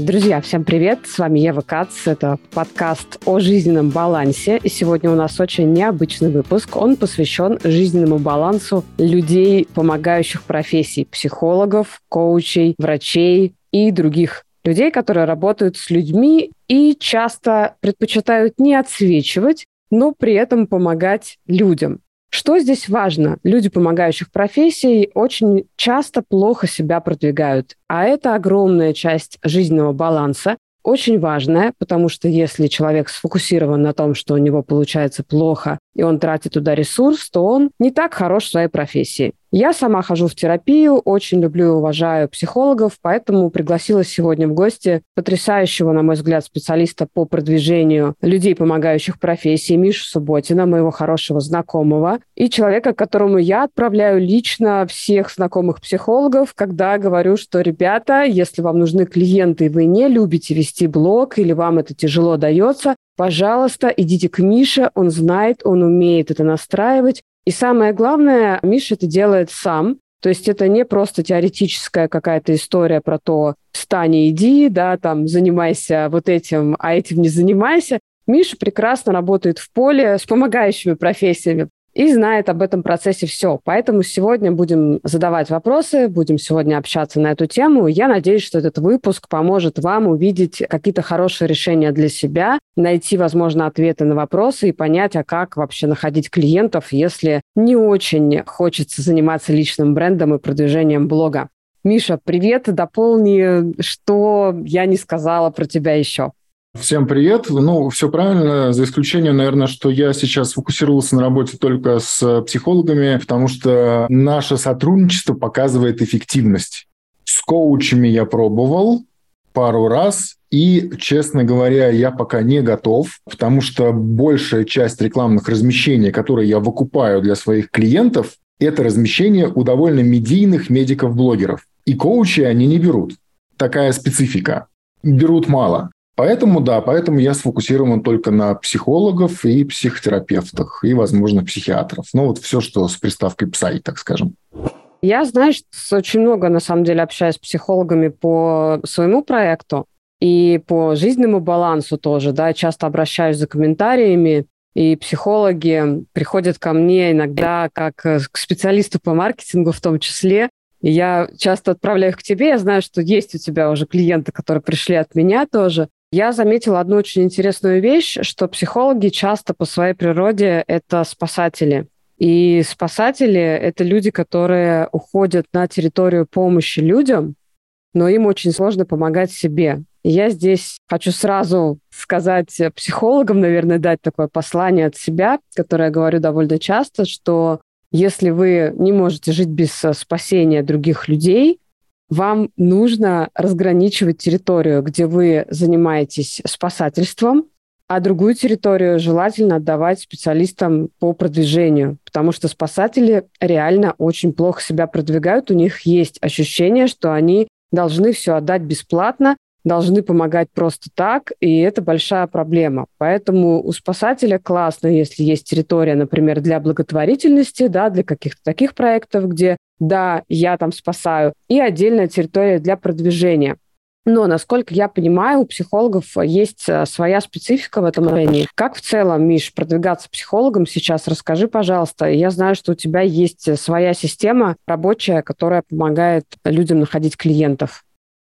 Друзья, всем привет! С вами Ева Кац. Это подкаст о жизненном балансе. И сегодня у нас очень необычный выпуск. Он посвящен жизненному балансу людей, помогающих профессий, психологов, коучей, врачей и других людей, которые работают с людьми и часто предпочитают не отсвечивать, но при этом помогать людям. Что здесь важно? Люди, помогающих профессий, очень часто плохо себя продвигают. А это огромная часть жизненного баланса, очень важная, потому что если человек сфокусирован на том, что у него получается плохо, и он тратит туда ресурс, то он не так хорош в своей профессии. Я сама хожу в терапию, очень люблю и уважаю психологов, поэтому пригласила сегодня в гости потрясающего, на мой взгляд, специалиста по продвижению людей, помогающих профессии, Мишу Субботина, моего хорошего знакомого, и человека, которому я отправляю лично всех знакомых психологов, когда говорю, что, ребята, если вам нужны клиенты, и вы не любите вести блог, или вам это тяжело дается, пожалуйста, идите к Мише, он знает, он умеет это настраивать. И самое главное, Миша это делает сам. То есть это не просто теоретическая какая-то история про то, встань и иди, да, там, занимайся вот этим, а этим не занимайся. Миша прекрасно работает в поле с помогающими профессиями и знает об этом процессе все. Поэтому сегодня будем задавать вопросы, будем сегодня общаться на эту тему. Я надеюсь, что этот выпуск поможет вам увидеть какие-то хорошие решения для себя, найти, возможно, ответы на вопросы и понять, а как вообще находить клиентов, если не очень хочется заниматься личным брендом и продвижением блога. Миша, привет, дополни, что я не сказала про тебя еще. Всем привет. Все правильно, за исключением, наверное, что я сейчас сфокусировался на работе только с психологами, потому что наше сотрудничество показывает эффективность. С коучами я пробовал пару раз, и, честно говоря, я пока не готов, потому что большая часть рекламных размещений, которые я выкупаю для своих клиентов, это размещение у довольно медийных медиков-блогеров. И коучи они не берут. Такая специфика. Берут мало. Поэтому я сфокусирован только на психологов и психотерапевтах, и, возможно, психиатров. Все, что с приставкой «псай», так скажем. Я, знаешь, очень много, на самом деле, общаюсь с психологами по своему проекту и по жизненному балансу тоже, да, часто обращаюсь за комментариями, и психологи приходят ко мне иногда как к специалисту по маркетингу в том числе. И я часто отправляю их к тебе, я знаю, что есть у тебя уже клиенты, которые пришли от меня тоже. Я заметила одну очень интересную вещь, что психологи часто по своей природе – это спасатели. И спасатели – это люди, которые уходят на территорию помощи людям, но им очень сложно помогать себе. И я здесь хочу сразу сказать психологам, наверное, дать такое послание от себя, которое я говорю довольно часто, что если вы не можете жить без спасения других людей, вам нужно разграничивать территорию, где вы занимаетесь спасательством, а другую территорию желательно отдавать специалистам по продвижению, потому что спасатели реально очень плохо себя продвигают, у них есть ощущение, что они должны все отдать бесплатно, должны помогать просто так, и это большая проблема. Поэтому у спасателя классно, если есть территория, например, для благотворительности, да, для каких-то таких проектов, где, да, я там спасаю, и отдельная территория для продвижения. Но, насколько я понимаю, у психологов есть своя специфика в этом направлении. Как в целом, Миш, продвигаться психологом сейчас? Расскажи, пожалуйста. Я знаю, что у тебя есть своя система рабочая, которая помогает людям находить клиентов.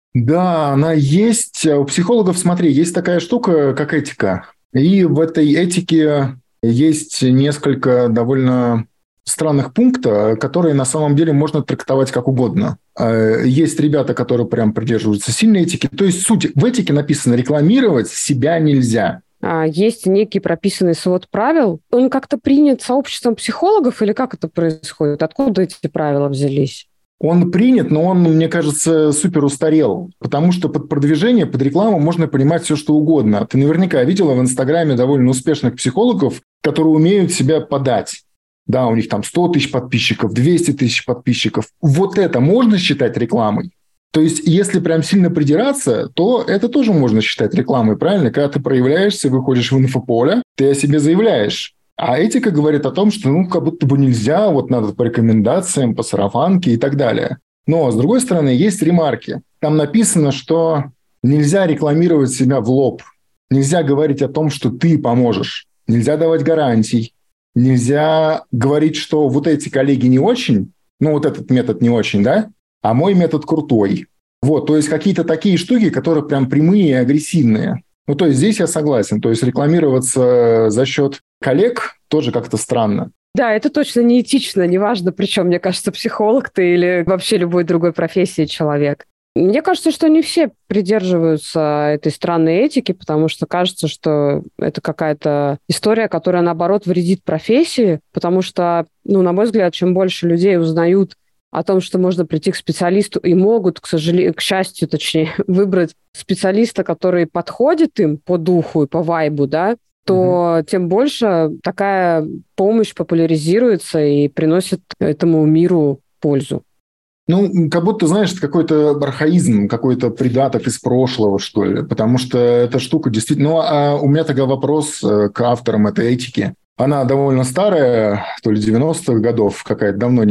Да, она есть. У психологов, смотри, есть такая штука, как этика. И в этой этике есть несколько довольно странных пунктов, которые на самом деле можно трактовать как угодно. Есть ребята, которые прям придерживаются сильной этики. То есть суть в этике написано: рекламировать себя нельзя. Есть некий прописанный свод правил. Он как-то принят сообществом психологов или как это происходит? Откуда эти правила взялись? Он принят, но он, мне кажется, супер устарел, потому что под продвижение, под рекламу можно понимать все, что угодно. Ты наверняка видела в Инстаграме довольно успешных психологов, которые умеют себя подать. Да, у них там 100 тысяч подписчиков, 200 тысяч подписчиков. Вот это можно считать рекламой? То есть, если прям сильно придираться, то это тоже можно считать рекламой, правильно? Когда ты проявляешься, выходишь в инфополе, ты о себе заявляешь. А этика говорит о том, что как будто бы нельзя, надо по рекомендациям, по сарафанке и так далее. Но, с другой стороны, есть ремарки. Там написано, что Нельзя рекламировать себя в лоб. Нельзя говорить о том, что ты поможешь. Нельзя давать гарантий. Нельзя говорить, что вот эти коллеги не очень, ну вот этот метод не очень, да, а мой метод крутой. Вот, то есть какие-то такие штуки, которые прям прямые и агрессивные. Ну, то есть здесь я согласен. То есть рекламироваться за счет коллег тоже как-то странно. Да, это точно неэтично, неважно, причем, мне кажется, психолог ты или вообще любой другой профессии человек. Мне кажется, что не все придерживаются этой странной этики, потому что кажется, что это какая-то история, которая, наоборот, вредит профессии, потому что, ну, на мой взгляд, чем больше людей узнают о том, что можно прийти к специалисту и могут, к сожалению, к счастью, точнее, выбрать специалиста, который подходит им по духу и по вайбу, да, то тем больше такая помощь популяризируется и приносит этому миру пользу. Ну, как будто, знаешь, это какой-то архаизм, какой-то придаток из прошлого, что ли. Потому что эта штука действительно... Ну, а у меня тогда вопрос к авторам этой этики. Она довольно старая, то ли 90-х годов, какая-то давно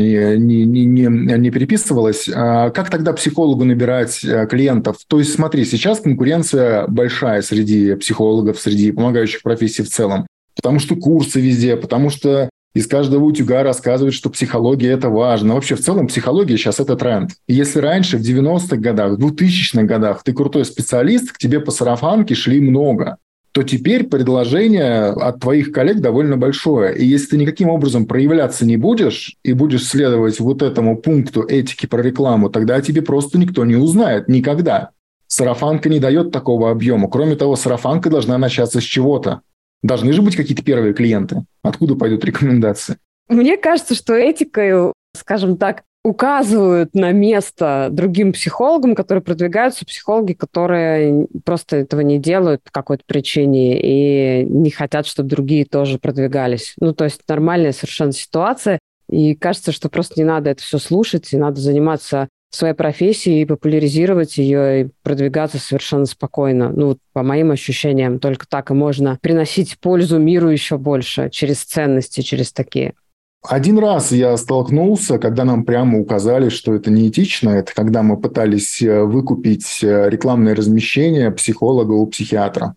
не переписывалась. А как тогда психологу набирать клиентов? То есть, смотри, сейчас конкуренция большая среди психологов, среди помогающих профессий в целом. Потому что курсы везде, потому что из каждого утюга рассказывают, что психология – это важно. Вообще, в целом, психология сейчас – это тренд. И если раньше, в 90-х годах, в 2000-х годах ты крутой специалист, к тебе по сарафанке шли много, то теперь предложение от твоих коллег довольно большое. И если ты никаким образом проявляться не будешь и будешь следовать вот этому пункту этики про рекламу, тогда о тебе просто никто не узнает никогда. Сарафанка не дает такого объема. Кроме того, сарафанка должна начаться с чего-то. Должны же быть какие-то первые клиенты. Откуда пойдут рекомендации? Мне кажется, что этикой, скажем так, указывают на место другим психологам, которые продвигаются, психологи, которые просто этого не делают по какой-то причине и не хотят, чтобы другие тоже продвигались. Ну, то есть нормальная совершенно ситуация. И кажется, что просто не надо это все слушать, и надо заниматься своей профессией, популяризировать ее и продвигаться совершенно спокойно. Ну, по моим ощущениям, только так и можно приносить пользу миру еще больше через ценности, через такие. Один раз я столкнулся, когда нам прямо указали, что это неэтично. Это когда мы пытались выкупить рекламное размещение психолога у психиатра.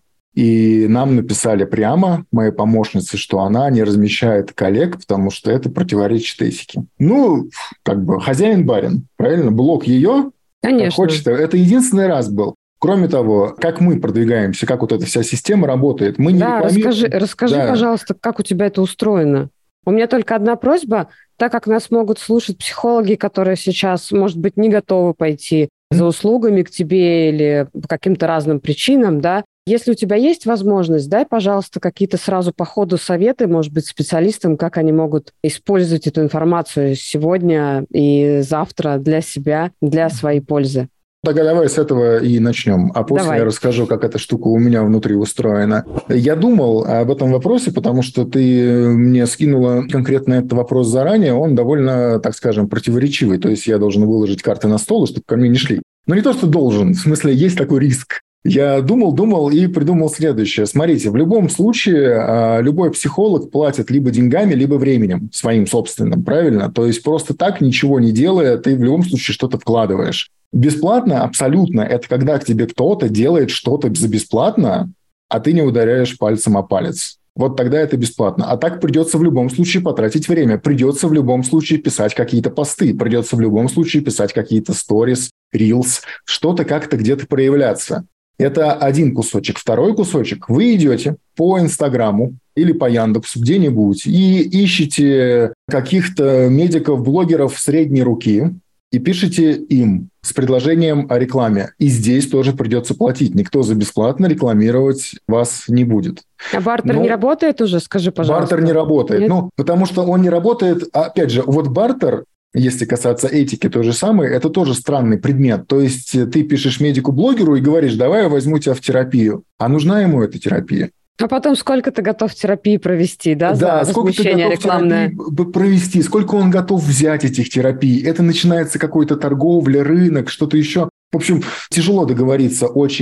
И нам написали прямо, моей помощнице, что она не размещает коллег, потому что это противоречит этике. Ну, как бы хозяин-барин, правильно? Блог ее, конечно, как хочет. Это единственный раз был. Кроме того, как мы продвигаемся, как вот эта вся система работает. Мы не рекламируем. Расскажи, пожалуйста, как у тебя это устроено. У меня только одна просьба, так как нас могут слушать психологи, которые сейчас, может быть, не готовы пойти за услугами к тебе или по каким-то разным причинам, да, если у тебя есть возможность, дай, пожалуйста, какие-то сразу по ходу советы, может быть, специалистам, как они могут использовать эту информацию сегодня и завтра для себя, для своей пользы. Так, давай с этого и начнем. А после я расскажу, как эта штука у меня внутри устроена. Я думал об этом вопросе, потому что ты мне скинула конкретно этот вопрос заранее. Он довольно, так скажем, противоречивый. То есть я должен выложить карты на стол, чтобы ко мне не шли. Но не то, что должен. В смысле, есть такой риск. Я думал и придумал следующее. Смотрите, в любом случае любой психолог платит либо деньгами, либо временем своим собственным, правильно? То есть просто так, ничего не делая, ты в любом случае что-то вкладываешь. Бесплатно абсолютно. Это когда к тебе кто-то делает что-то за бесплатно, а ты не ударяешь пальцем о палец. Вот тогда это бесплатно. А так придется в любом случае потратить время. Придется в любом случае писать какие-то посты. Придется в любом случае писать какие-то сторис, рилс, что-то как-то где-то проявляться. Это один кусочек. Второй кусочек. Вы идете по Инстаграму или по Яндексу где-нибудь и ищете каких-то медиков, блогеров средней руки и пишите им с предложением о рекламе. И здесь тоже придется платить. Никто за бесплатно рекламировать вас не будет. А бартер не работает уже? Скажи, пожалуйста. Бартер не работает. Нет? Ну, потому что он не работает. Опять же, вот бартер, если касаться этики, то же самое, это тоже странный предмет. То есть ты пишешь медику-блогеру и говоришь, давай я возьму тебя в терапию. А нужна ему эта терапия? А потом сколько ты готов терапии провести, да, да, за сколько ты готов рекламное? терапии провести, сколько он готов взять этих терапий. Это начинается какой-то торговля, рынок, что-то еще. В общем, тяжело договориться очень.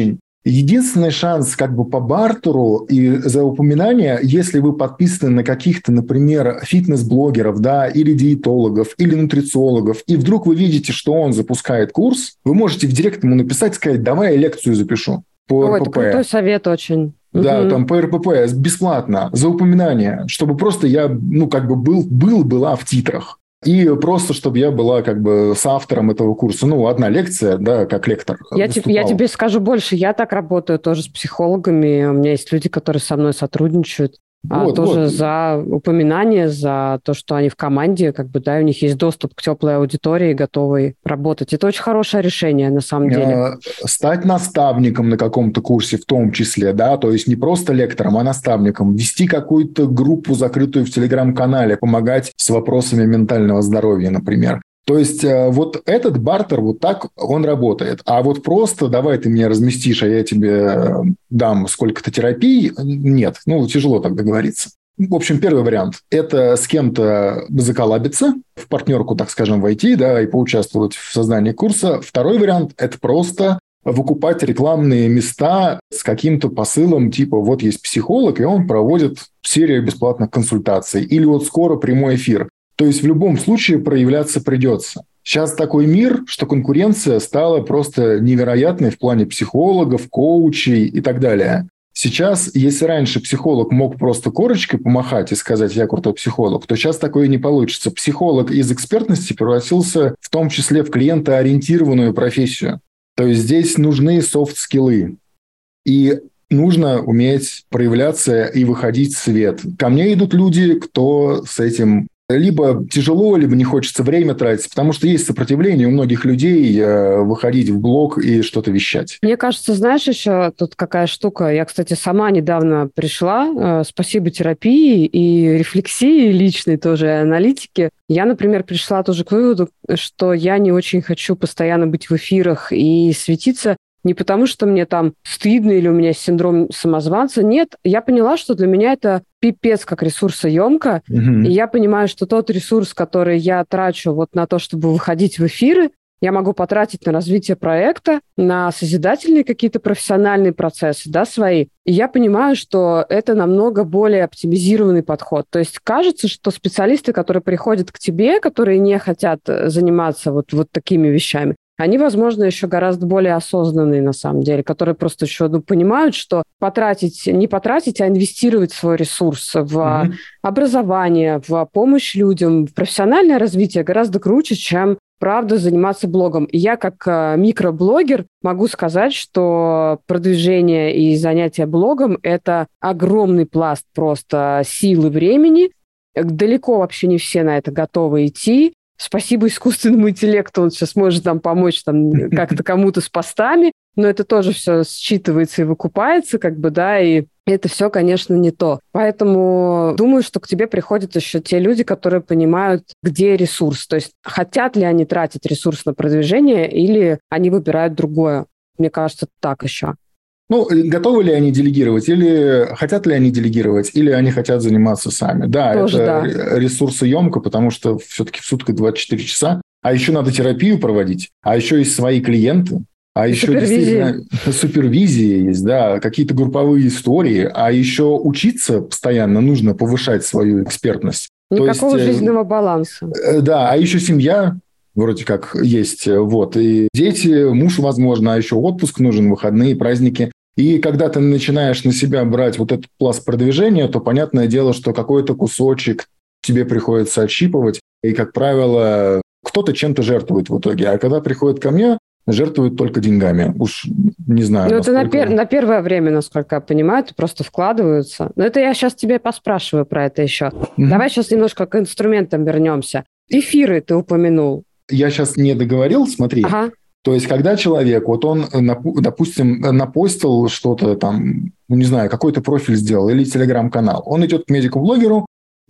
Единственный шанс как бы по бартеру и за упоминание, если вы подписаны на каких-то, например, фитнес-блогеров, да, или диетологов, или нутрициологов, и вдруг вы видите, что он запускает курс, вы можете в директ ему написать, сказать, давай я лекцию запишу по Ой, РПП. это крутой совет очень. Да, там по РПП бесплатно, за упоминание, чтобы просто я, как бы была в титрах. И просто, чтобы я была как бы с автором этого курса. Одна лекция, да, как лектор Я выступал. тебе скажу больше. Я так работаю тоже с психологами. У меня есть люди, которые со мной сотрудничают. Тоже за упоминание, за то, что они в команде, как бы, да, у них есть доступ к теплой аудитории, готовые работать. Это очень хорошее решение, на самом деле. Стать наставником на каком-то курсе в том числе, да, то есть не просто лектором, а наставником. Вести какую-то группу, закрытую в Телеграм-канале, помогать с вопросами ментального здоровья, например. То есть вот этот бартер, вот так он работает. А вот просто давай ты меня разместишь, а я тебе дам сколько-то терапий, нет, тяжело так договориться. В общем, первый вариант – это с кем-то заколлабиться, в партнерку, так скажем, войти, да, и поучаствовать в создании курса. Второй вариант – это просто выкупать рекламные места с каким-то посылом, типа вот есть психолог, и он проводит серию бесплатных консультаций. Или вот скоро прямой эфир. То есть в любом случае проявляться придется. Сейчас такой мир, что конкуренция стала просто невероятной в плане психологов, коучей и так далее. Сейчас, если раньше психолог мог просто корочкой помахать и сказать «я крутой психолог», то сейчас такое не получится. Психолог из экспертности превратился в том числе в клиентоориентированную профессию. То есть здесь нужны софт-скиллы. И нужно уметь проявляться и выходить в свет. Ко мне идут люди, кто с этим либо тяжело, либо не хочется время тратить, потому что есть сопротивление у многих людей выходить в блог и что-то вещать. Мне кажется, знаешь, еще тут какая штука. Я, кстати, сама недавно пришла, спасибо терапии и рефлексии личной тоже, и аналитики. Я, например, пришла тоже к выводу, что я не очень хочу постоянно быть в эфирах и светиться. Не потому, что мне там стыдно или у меня синдром самозванца. Нет, я поняла, что для меня это пипец как ресурсоемко. И я понимаю, что тот ресурс, который я трачу вот на то, чтобы выходить в эфиры, я могу потратить на развитие проекта, на созидательные какие-то профессиональные процессы, да, свои. И я понимаю, что это намного более оптимизированный подход. То есть кажется, что специалисты, которые приходят к тебе, которые не хотят заниматься вот такими вещами, они, возможно, еще гораздо более осознанные на самом деле, которые просто еще понимают, что не потратить, а инвестировать свой ресурс в образование, в помощь людям, в профессиональное развитие гораздо круче, чем, правда, заниматься блогом. И я, как микроблогер, могу сказать, что продвижение и занятие блогом – это огромный пласт просто силы времени. Далеко вообще не все на это готовы идти. Спасибо искусственному интеллекту, он сейчас может нам помочь там как-то кому-то с постами, но это тоже все считывается и выкупается, как бы, да, и это все, конечно, не то. Поэтому думаю, что к тебе приходят еще те люди, которые понимают, где ресурс. То есть хотят ли они тратить ресурс на продвижение или они выбирают другое. Мне кажется, так еще. Готовы ли они делегировать, или хотят ли они делегировать, или они хотят заниматься сами. Да, тоже это ресурсоемко, потому что все-таки в сутках 24 часа. А еще надо терапию проводить, а еще есть свои клиенты, а еще действительно супервизия есть, да, какие-то групповые истории, а еще учиться постоянно нужно повышать свою экспертность. Никакого жизненного баланса. Да, а еще семья вроде как есть, вот, и дети, муж, возможно, а еще отпуск нужен, выходные, праздники. И когда ты начинаешь на себя брать вот этот пласт продвижения, то понятное дело, что какой-то кусочек тебе приходится отщипывать. И, как правило, кто-то чем-то жертвует в итоге. А когда приходит ко мне, жертвуют только деньгами. Уж не знаю. Это на первое время, насколько я понимаю, это просто вкладываются. Но это я сейчас тебе поспрашиваю про это еще. Давай сейчас немножко к инструментам вернемся. Эфиры ты упомянул. Я сейчас не договорил, смотри. То есть, когда человек, вот он, допустим, напостил что-то там, не знаю, какой-то профиль сделал или телеграм-канал, он идет к медику-блогеру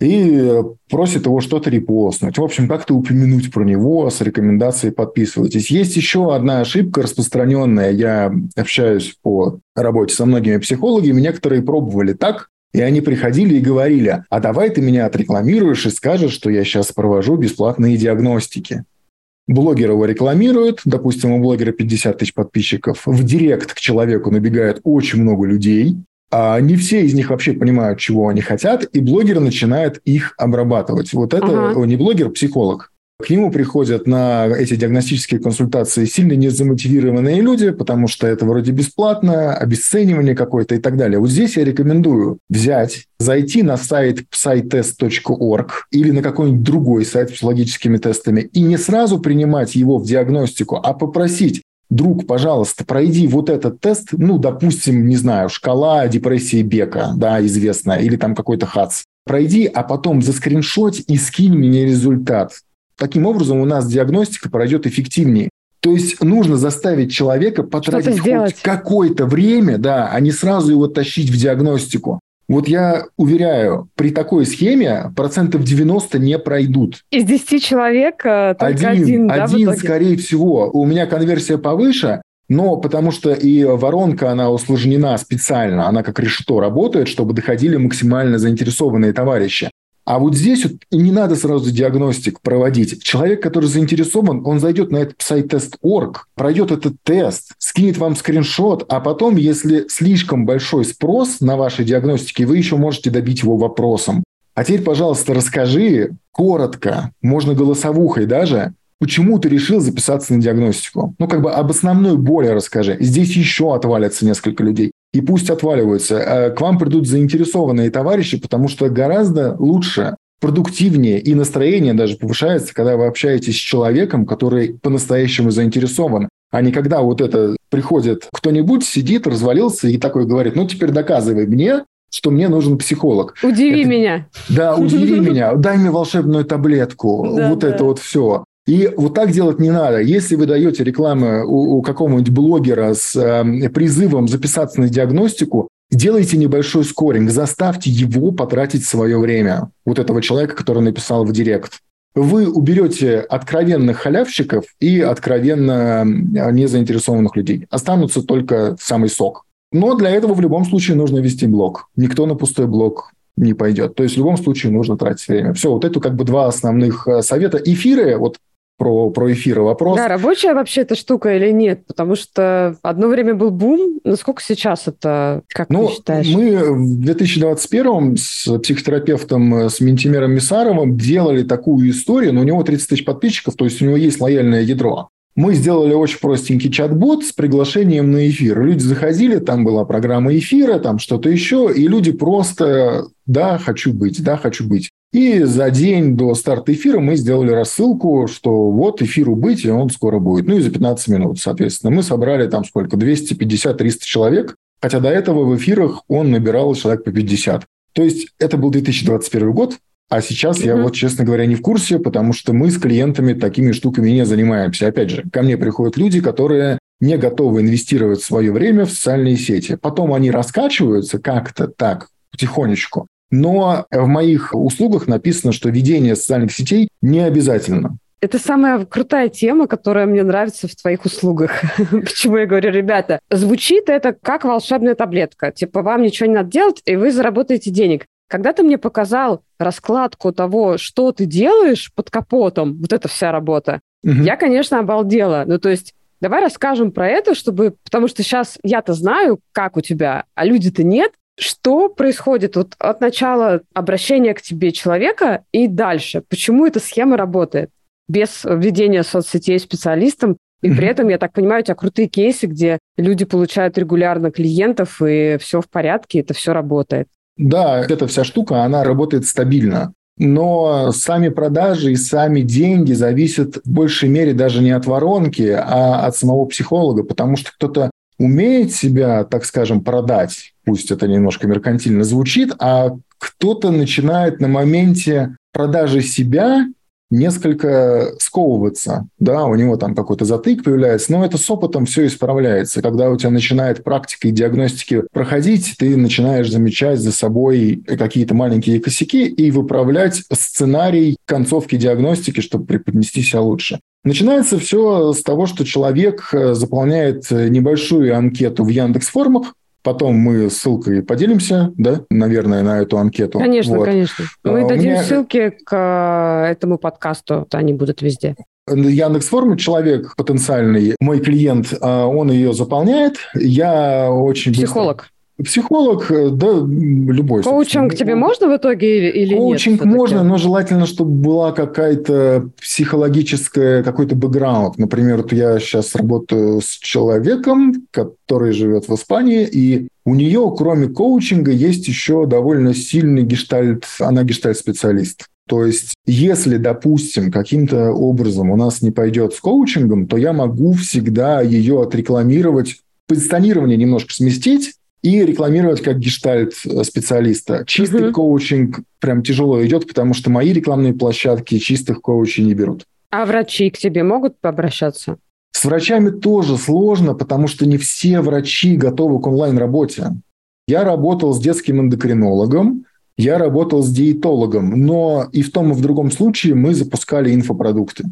и просит его что-то репостнуть. В общем, как-то упомянуть про него, с рекомендацией подписывайтесь. Есть еще одна ошибка распространенная. Я общаюсь по работе со многими психологами, некоторые пробовали так, и они приходили и говорили: а давай ты меня отрекламируешь и скажешь, что я сейчас провожу бесплатные диагностики. Блогер его рекламирует, допустим, у блогера 50 тысяч подписчиков, в директ к человеку набегает очень много людей, а не все из них вообще понимают, чего они хотят, и блогер начинает их обрабатывать. Вот это не блогер, психолог. К нему приходят на эти диагностические консультации сильно незамотивированные люди, потому что это вроде бесплатно, обесценивание какое-то и так далее. Вот здесь я рекомендую зайти на сайт psytest.org или на какой-нибудь другой сайт с психологическими тестами и не сразу принимать его в диагностику, а попросить: друг, пожалуйста, пройди вот этот тест, допустим, не знаю, шкала депрессии Бека, да, известная, или там какой-то ХАЦ. Пройди, а потом заскриншоть и скинь мне результат. Таким образом, у нас диагностика пройдет эффективнее. То есть нужно заставить человека потратить хоть какое-то время, да, а не сразу его тащить в диагностику. Вот я уверяю, при такой схеме 90% не пройдут. Из 10 человек только один, да, в итоге? Скорее всего. У меня конверсия повыше, но потому что и воронка, она усложнена специально. Она как решето работает, чтобы доходили максимально заинтересованные товарищи. А вот здесь вот не надо сразу диагностик проводить. Человек, который заинтересован, он зайдет на этот psytest.org, пройдет этот тест, скинет вам скриншот, а потом, если слишком большой спрос на вашей диагностике, вы еще можете добить его вопросом. А теперь, пожалуйста, расскажи коротко, можно голосовухой даже, почему ты решил записаться на диагностику. Об основной боли расскажи. Здесь еще отвалятся несколько людей. И пусть отваливаются. К вам придут заинтересованные товарищи, потому что гораздо лучше, продуктивнее и настроение даже повышается, когда вы общаетесь с человеком, который по-настоящему заинтересован, а не когда приходит кто-нибудь, сидит, развалился и такой говорит: теперь доказывай мне, что мне нужен психолог. Удиви меня. Да, удиви меня, дай мне волшебную таблетку, вот все. И вот так делать не надо. Если вы даете рекламу у какого-нибудь блогера с призывом записаться на диагностику, делайте небольшой скоринг, заставьте его потратить свое время. Вот этого человека, который написал в директ. Вы уберете откровенных халявщиков и откровенно незаинтересованных людей. Останутся только самый сок. Но для этого в любом случае нужно вести блог. Никто на пустой блог не пойдет. То есть в любом случае нужно тратить время. Все, вот это два основных совета. Эфиры, про эфиры вопрос. Да, рабочая вообще эта штука или нет? Потому что одно время был бум. Насколько сейчас это, как ты считаешь? Мы в 2021 с психотерапевтом, с Ментимером Мисаровым делали такую историю, но у него 30 тысяч подписчиков, то есть у него есть лояльное ядро. Мы сделали очень простенький чат-бот с приглашением на эфир. Люди заходили, там была программа эфира, там что-то еще, и люди просто «да, хочу быть». И за день до старта эфира мы сделали рассылку, что вот эфиру быть, и он скоро будет. И за 15 минут, соответственно. Мы собрали там сколько? 250-300 человек, хотя до этого в эфирах он набирал человек по 50. То есть это был 2021 год, а сейчас я честно говоря, не в курсе, потому что мы с клиентами такими штуками не занимаемся. Опять же, ко мне приходят люди, которые не готовы инвестировать свое время в социальные сети. Потом они раскачиваются как-то так, потихонечку. Но в моих услугах написано, что ведение социальных сетей не обязательно. Это самая крутая тема, которая мне нравится в твоих услугах. Почему я говорю: ребята, звучит это как волшебная таблетка. Типа вам ничего не надо делать, и вы заработаете денег. Когда ты мне показал раскладку того, что ты делаешь под капотом, вот эта вся работа, я, конечно, обалдела. То есть давай расскажем про это, потому что сейчас я-то знаю, как у тебя, а люди-то нет. Что происходит от начала обращения к тебе человека и дальше? Почему эта схема работает без введения соцсетей специалистам? И при этом, я так понимаю, у тебя крутые кейсы, где люди получают регулярно клиентов, и все в порядке, это все работает. Да, эта вся штука, она работает стабильно. Но сами продажи и сами деньги зависят в большей мере даже не от воронки, а от самого психолога, потому что кто-то умеет себя, так скажем, продать, пусть это немножко меркантильно звучит, а кто-то начинает на моменте продажи себя несколько сковываться, да, у него там какой-то затык появляется, но это с опытом все исправляется. Когда у тебя начинает практика и диагностики проходить, ты начинаешь замечать за собой какие-то маленькие косяки и выправлять сценарий концовки диагностики, чтобы преподнести себя лучше. Начинается все с того, что человек заполняет небольшую анкету в Яндекс.Формах. Потом мы ссылкой поделимся, да, наверное, на эту анкету. Конечно, конечно. Мы дадим ссылки к этому подкасту, они будут везде. Яндекс.Форму человек потенциальный, мой клиент, он ее заполняет. Я очень Психолог. Психолог, да, любой. Коучинг тебе можно в итоге или нет? Коучинг можно, но желательно, чтобы была какая-то психологическая, какой-то бэкграунд. Например, вот я сейчас работаю с человеком, который живет в Испании, и у нее, кроме коучинга, есть еще довольно сильный гештальт, она гештальт-специалист. То есть, если, допустим, каким-то образом у нас не пойдет с коучингом, то я могу всегда ее отрекламировать, позиционирование немножко сместить, и рекламировать как гештальт-специалиста. Чистый коучинг прям тяжело идет, потому что мои рекламные площадки чистых коучей не берут. А врачи к тебе могут обращаться? С врачами тоже сложно, потому что не все врачи готовы к онлайн-работе. Я работал с детским эндокринологом, я работал с диетологом, но и в том, и в другом случае мы запускали инфопродукты.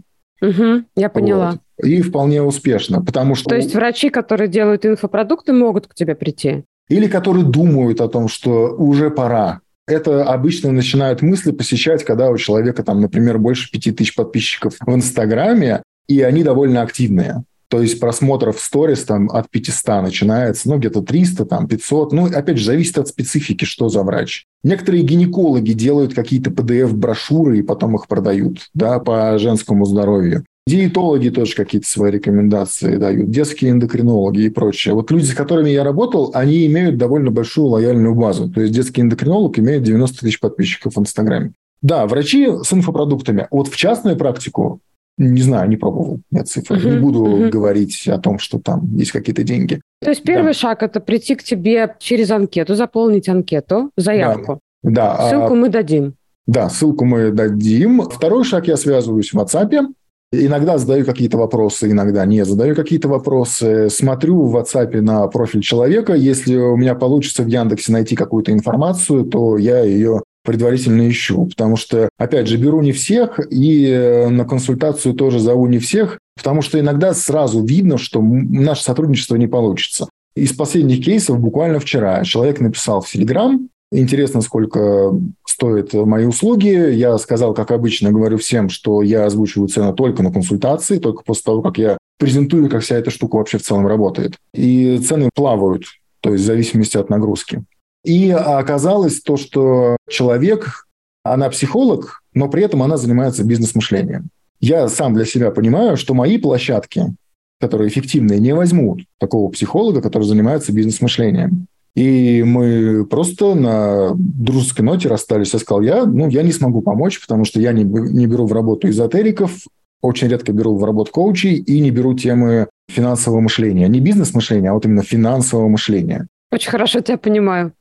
Я поняла. Вот. И вполне успешно, потому что... То есть врачи, которые делают инфопродукты, могут к тебе прийти? Или которые думают о том, что уже пора. Это обычно начинают мысли посещать, когда у человека, там, например, больше 5000 подписчиков в Инстаграме, и они довольно активные. То есть просмотров в сторис там от 500 начинается, ну, где-то 300, там, 500. Ну, опять же, зависит от специфики, что за врач. Некоторые гинекологи делают какие-то PDF-брошюры и потом их продают, да, по женскому здоровью. Диетологи тоже какие-то свои рекомендации дают, детские эндокринологи и прочее. Вот люди, с которыми я работал, они имеют довольно большую лояльную базу. То есть детский эндокринолог имеет 90 тысяч подписчиков в Инстаграме. Да, врачи с инфопродуктами. Вот в частную практику, не знаю, не пробовал, нет цифр. Не буду говорить о том, что там есть какие-то деньги. То есть первый шаг – это прийти к тебе через анкету, заполнить анкету, заявку. Да. Ссылку мы дадим. Да, ссылку мы дадим. Второй шаг – я связываюсь в WhatsApp. Иногда задаю какие-то вопросы, иногда не задаю какие-то вопросы. Смотрю в WhatsApp на профиль человека. Если у меня получится в Яндексе найти какую-то информацию, то я ее предварительно ищу. Потому что, опять же, беру не всех, и на консультацию тоже зову не всех, потому что иногда сразу видно, что наше сотрудничество не получится. Из последних кейсов буквально вчера человек написал в Telegram: интересно, сколько стоят мои услуги. Я сказал, как обычно, говорю всем, что я озвучиваю цену только на консультации, только после того, как я презентую, как вся эта штука вообще в целом работает. И цены плавают, то есть в зависимости от нагрузки. И оказалось то, что человек, она психолог, но при этом она занимается бизнес-мышлением. Я сам для себя понимаю, что мои площадки, которые эффективные, не возьмут такого психолога, который занимается бизнес-мышлением. И мы просто на дружеской ноте расстались. Я сказал, я не смогу помочь, потому что я не беру в работу эзотериков, очень редко беру в работу коучей и не беру темы финансового мышления. Не бизнес-мышления, а вот именно финансового мышления. Очень хорошо тебя понимаю.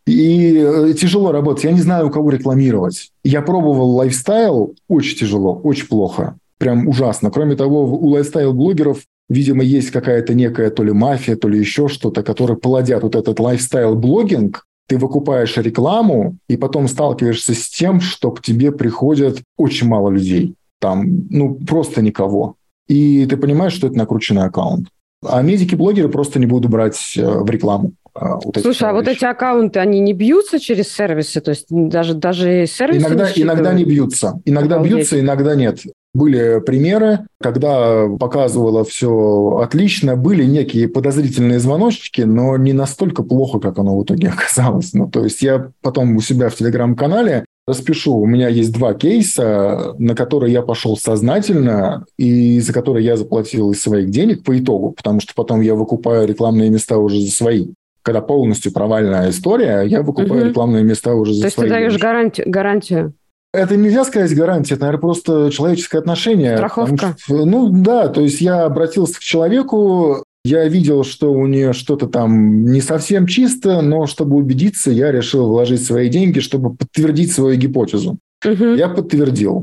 И тяжело работать. Я не знаю, у кого рекламировать. Я пробовал лайфстайл. Очень тяжело, очень плохо. Прям ужасно. Кроме того, у лайфстайл-блогеров, видимо, есть какая-то некая то ли мафия, то ли еще что-то, которые плодят вот этот лайфстайл-блогинг. Ты выкупаешь рекламу и потом сталкиваешься с тем, что к тебе приходят очень мало людей. Там, просто никого. И ты понимаешь, что это накрученный аккаунт. А медики-блогеры просто не будут брать в рекламу. Слушай, а вот эти аккаунты, они не бьются через сервисы? То есть даже сервисы иногда не бьются. Иногда бьются, иногда нет. Были примеры, когда показывало все отлично, были некие подозрительные звоночки, но не настолько плохо, как оно в итоге оказалось. То есть я потом у себя в Телеграм-канале распишу. У меня есть 2 кейса, на которые я пошел сознательно и за которые я заплатил из своих денег по итогу, потому что потом я выкупаю рекламные места уже за свои. Когда полностью провальная история, я выкупаю рекламные места уже за свои. То есть ты даешь гарантию? Это нельзя сказать гарантия, это, наверное, просто человеческое отношение. Страховка? Да, то есть я обратился к человеку, я видел, что у нее что-то там не совсем чисто, но чтобы убедиться, я решил вложить свои деньги, чтобы подтвердить свою гипотезу. Я подтвердил.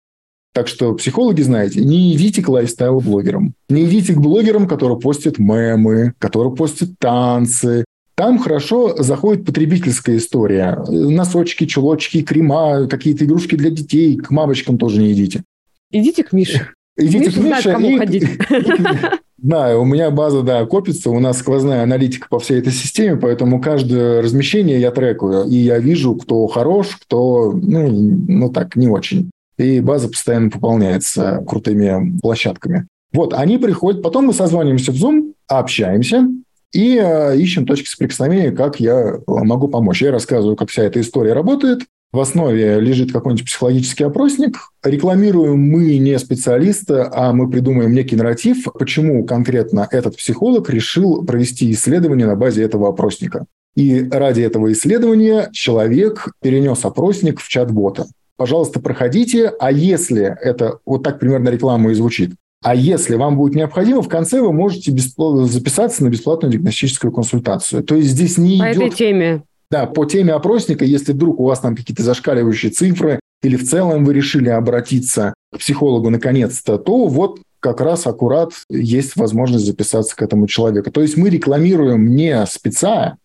Так что, психологи, знаете, не идите к лайфстайл-блогерам. Не идите к блогерам, которые постят мемы, которые постят танцы. Там хорошо заходит потребительская история. Носочки, чулочки, крема, какие-то игрушки для детей. К мамочкам тоже не идите. Идите к Мише. Идите к Мише. Знает, к кому ходить. Да, у меня база, копится, у нас сквозная аналитика по всей этой системе, поэтому каждое размещение я трекаю, и я вижу, кто хорош, кто, так, не очень. и база постоянно пополняется крутыми площадками. Вот, они приходят, потом мы созваниваемся в Zoom, общаемся и ищем точки соприкосновения, как я могу помочь. Я рассказываю, как вся эта история работает. В основе лежит какой-нибудь психологический опросник. Рекламируем мы не специалиста, а мы придумаем некий нарратив, почему конкретно этот психолог решил провести исследование на базе этого опросника. И ради этого исследования человек перенес опросник в чат-бота. Пожалуйста, проходите, а если это вот так примерно реклама и звучит, а если вам будет необходимо, в конце вы можете записаться на бесплатную диагностическую консультацию. То есть здесь не идет... По этой теме. Да, по теме опросника, если вдруг у вас там какие-то зашкаливающие цифры или в целом вы решили обратиться к психологу наконец-то, то вот как раз аккурат есть возможность записаться к этому человеку. То есть мы рекламируем не спеца,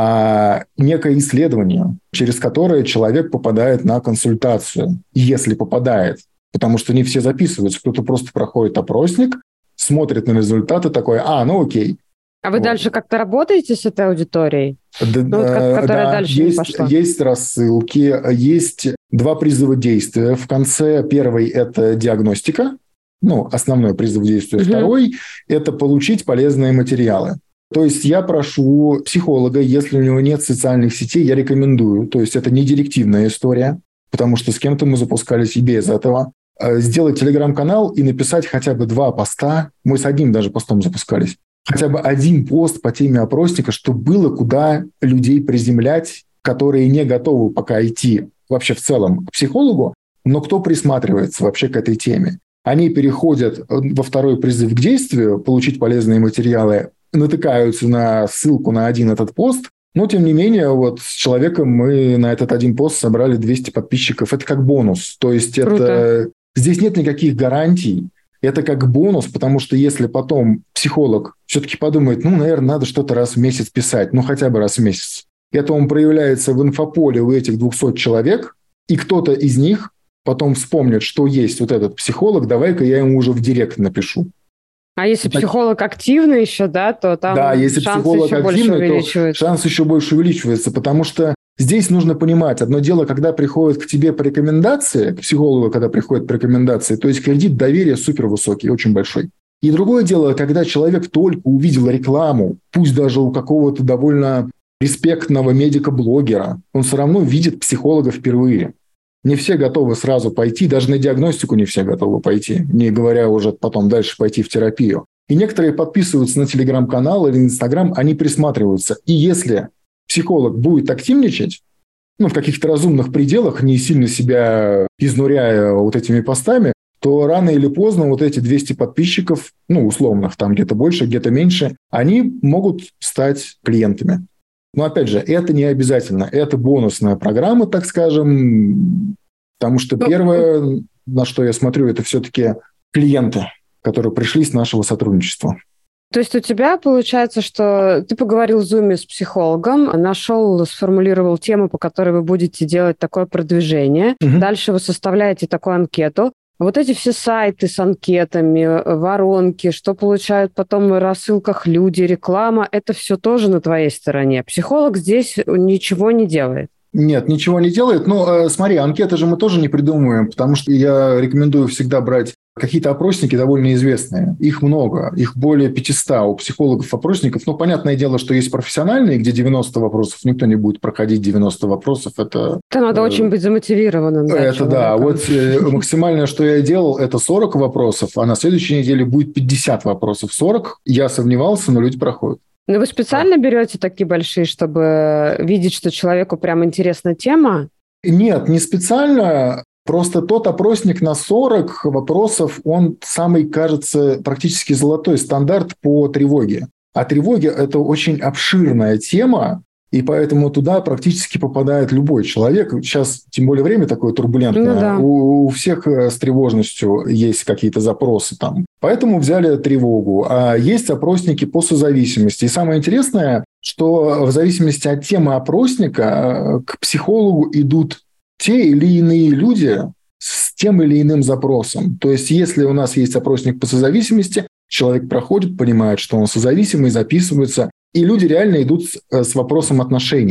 а некое исследование, через которое человек попадает на консультацию, если попадает. Потому что не все записываются. Кто-то просто проходит опросник, смотрит на результаты, такой, окей. А вы дальше как-то работаете с этой аудиторией? Которая дальше не пошла? Есть рассылки, есть 2 призыва действия. В конце первый – это диагностика, основной призыв действия. Второй – это получить полезные материалы. То есть я прошу психолога, если у него нет социальных сетей, я рекомендую. То есть это не директивная история, потому что с кем-то мы запускались и без этого. Сделать телеграм-канал и написать хотя бы 2 поста. Мы с одним даже постом запускались. Хотя бы 1 пост по теме опросника, чтобы было куда людей приземлять, которые не готовы пока идти вообще в целом к психологу, но кто присматривается вообще к этой теме. Они переходят во второй призыв к действию, получить полезные материалы, натыкаются на ссылку на один этот пост, но, тем не менее, вот с человеком мы на этот 1 пост собрали 200 подписчиков. Это как бонус. То есть здесь нет никаких гарантий. Это как бонус, потому что если потом психолог все-таки подумает, наверное, надо что-то раз в месяц писать, хотя бы раз в месяц. Это он проявляется в инфополе у этих 200 человек, и кто-то из них потом вспомнит, что есть вот этот психолог, давай-ка я ему уже в директ напишу. А если психолог активный еще, то там если шанс психолог еще больше активный, увеличивается. То шанс еще больше увеличивается, потому что здесь нужно понимать, одно дело, когда приходят к тебе по рекомендации, к психологу, когда приходят по рекомендации, то есть кредит доверия супервысокий, очень большой. И другое дело, когда человек только увидел рекламу, пусть даже у какого-то довольно респектного медика-блогера, он все равно видит психолога впервые. Не все готовы сразу пойти, даже на диагностику не все готовы пойти, не говоря уже потом дальше пойти в терапию. И некоторые подписываются на телеграм-канал или инстаграм, они присматриваются. И если психолог будет активничать, в каких-то разумных пределах, не сильно себя изнуряя вот этими постами, то рано или поздно вот эти 200 подписчиков, условных, там где-то больше, где-то меньше, они могут стать клиентами. Но опять же, это не обязательно. Это бонусная программа, так скажем, потому что первое, на что я смотрю, это все-таки клиенты, которые пришли с нашего сотрудничества. То есть у тебя получается, что ты поговорил в Zoom с психологом, сформулировал тему, по которой вы будете делать такое продвижение. Дальше вы составляете такую анкету. Вот эти все сайты с анкетами, воронки, что получают потом в рассылках люди, реклама, это все тоже на твоей стороне. Психолог здесь ничего не делает. Нет, ничего не делает. Но смотри, анкеты же мы тоже не придумываем, потому что я рекомендую всегда брать какие-то опросники довольно известные. Их много, их более 500 у психологов опросников. Понятное дело, что есть профессиональные, где 90 вопросов, никто не будет проходить 90 вопросов. Это надо очень быть замотивированным. Это да. Вот максимальное, что я делал, это 40 вопросов, а на следующей неделе будет 50 вопросов. 40 я сомневался, но люди проходят. Но вы специально берете такие большие, чтобы видеть, что человеку прям интересна тема? Нет, не специально. Просто тот опросник на 40 вопросов, он самый, кажется, практически золотой стандарт по тревоге. А тревога – это очень обширная тема, и поэтому туда практически попадает любой человек. Сейчас, тем более, время такое турбулентное. У всех с тревожностью есть какие-то запросы там. Поэтому взяли тревогу. А есть опросники по созависимости. И самое интересное, что в зависимости от темы опросника к психологу идут те или иные люди с тем или иным запросом. То есть, если у нас есть опросник по созависимости, человек проходит, понимает, что он созависимый, записывается, и люди реально идут с вопросом отношений.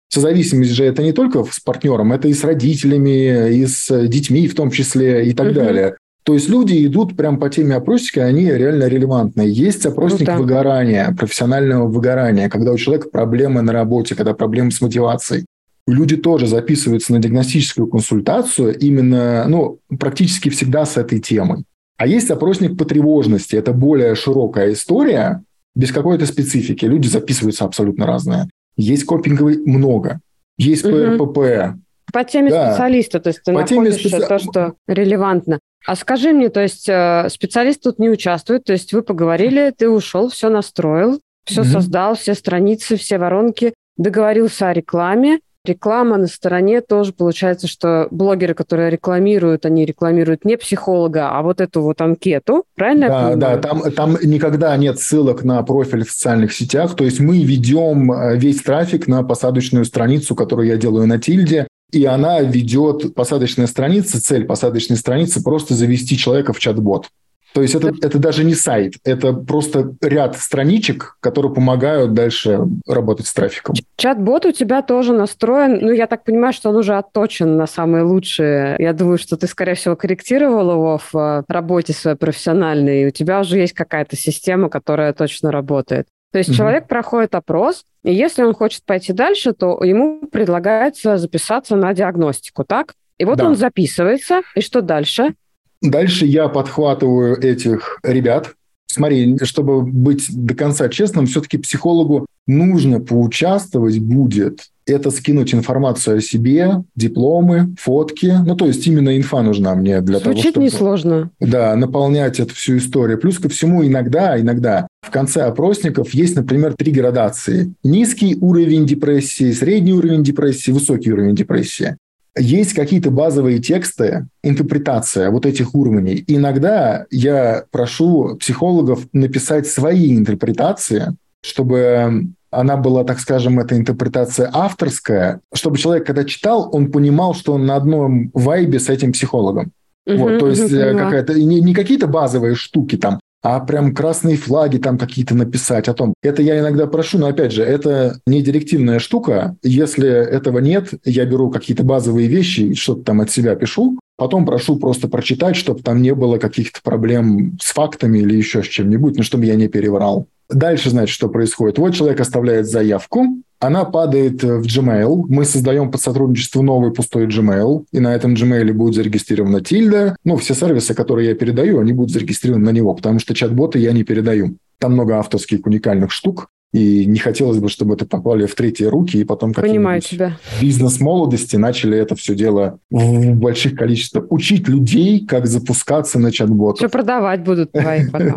Созависимость же это не только с партнером, это и с родителями, и с детьми в том числе, и так далее. То есть люди идут прям по теме опросника, они реально релевантные. Есть опросник выгорания, профессионального выгорания, когда у человека проблемы на работе, когда проблемы с мотивацией. Люди тоже записываются на диагностическую консультацию именно, практически всегда с этой темой. А есть опросник по тревожности. Это более широкая история, без какой-то специфики. Люди записываются абсолютно разные. Есть копинговый много. Есть ПРПП. По теме специалиста, то есть ты находишь то, что релевантно. А скажи мне, то есть специалист тут не участвует, то есть вы поговорили, ты ушел, все настроил, все создал, все страницы, все воронки, договорился о рекламе. Реклама на стороне тоже получается, что блогеры, которые рекламируют, они рекламируют не психолога, а вот эту вот анкету, правильно я понимаю? Да, там никогда нет ссылок на профиль в социальных сетях, то есть мы ведем весь трафик на посадочную страницу, которую я делаю на Тильде, и она ведет посадочная страница, цель посадочной страницы просто завести человека в чат-бот. То есть это даже не сайт, это просто ряд страничек, которые помогают дальше работать с трафиком. Чат-бот у тебя тоже настроен, я так понимаю, что он уже отточен на самые лучшие. Я думаю, что ты, скорее всего, корректировал его в работе своей профессиональной, и у тебя уже есть какая-то система, которая точно работает. То есть человек проходит опрос, и если он хочет пойти дальше, то ему предлагается записаться на диагностику, так? И вот он записывается, и что дальше? Дальше я подхватываю этих ребят. Смотри, чтобы быть до конца честным, все-таки психологу нужно поучаствовать будет. Это скинуть информацию о себе, дипломы, фотки. То есть именно инфа нужна мне для того, чтобы... Звучит несложно. Да, наполнять эту всю историю. Плюс ко всему иногда в конце опросников есть, например, 3 градации. Низкий уровень депрессии, средний уровень депрессии, высокий уровень депрессии. Есть какие-то базовые тексты, интерпретация вот этих уровней. Иногда я прошу психологов написать свои интерпретации, чтобы она была, так скажем, эта интерпретация авторская, чтобы человек, когда читал, он понимал, что он на одном вайбе с этим психологом. То есть какая-то, не какие-то базовые штуки там, а прям красные флаги там какие-то написать о том. Это я иногда прошу, но опять же, это не директивная штука. Если этого нет, я беру какие-то базовые вещи и что-то там от себя пишу, потом прошу просто прочитать, чтобы там не было каких-то проблем с фактами или еще с чем-нибудь, чтобы я не переврал. Дальше, значит, что происходит. Вот человек оставляет заявку, она падает в Gmail. Мы создаем под сотрудничество новый пустой Gmail, и на этом Gmail будет зарегистрирована Тильда. Все сервисы, которые я передаю, они будут зарегистрированы на него, потому что чат-боты я не передаю. Там много авторских уникальных штук, и не хотелось бы, чтобы это попали в третьи руки, и потом какие-нибудь бизнес-молодости начали это все дело в больших количествах. Учить людей, как запускаться на чат-ботах. Все продавать будут твои потом.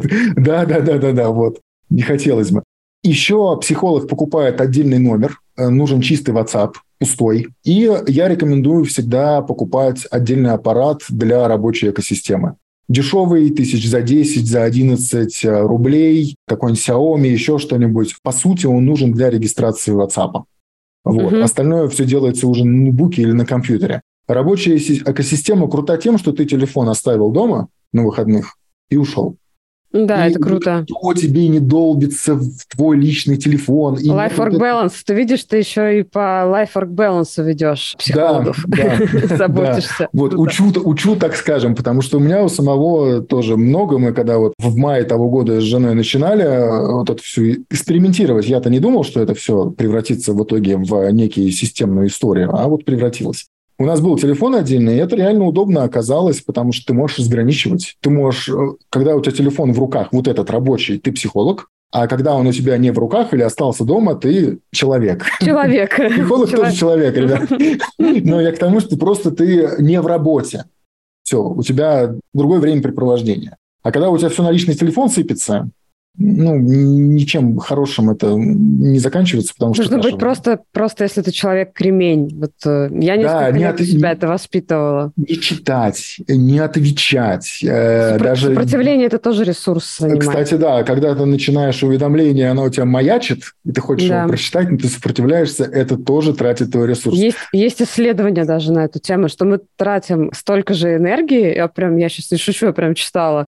Да, вот. Не хотелось бы. Еще психолог покупает отдельный номер, нужен чистый WhatsApp, пустой. И я рекомендую всегда покупать отдельный аппарат для рабочей экосистемы. Дешевый, 1000 за 10, за 11 рублей, какой-нибудь Xiaomi, еще что-нибудь. По сути, он нужен для регистрации WhatsApp. Остальное все делается уже на ноутбуке или на компьютере. Рабочая экосистема крута тем, что ты телефон оставил дома на выходных и ушел. Да, и это круто. Никто тебе не долбится в твой личный телефон. Life-work balance. Ты видишь, ты еще и по life-work balance ведешь психологов. Да. Заботишься. Вот учу, так скажем, потому что у меня у самого тоже много. Мы когда в мае того года с женой начинали вот это все экспериментировать, я-то не думал, что это все превратится в итоге в некую системную историю, а вот превратилось. У нас был телефон отдельный, и это реально удобно оказалось, потому что ты можешь разграничивать. Ты можешь, когда у тебя телефон в руках, вот этот рабочий, ты психолог, а когда он у тебя не в руках или остался дома, ты человек. Человек. Психолог тоже человек, ребят. Но я к тому, что просто ты не в работе. Все, у тебя другое времяпрепровождение. А когда у тебя все на личный телефон сыпется, ничем хорошим это не заканчивается, потому что... Нужно быть просто если ты человек-кремень. Вот я несколько лет у себя это воспитывала. Не читать, не отвечать. Сопротивление – это тоже ресурс занимает. Кстати, да, когда ты начинаешь уведомление, оно у тебя маячит, и ты хочешь его прочитать, но ты сопротивляешься, это тоже тратит твой ресурс. Есть исследования даже на эту тему, что мы тратим столько же энергии, я сейчас не шучу, я прям читала,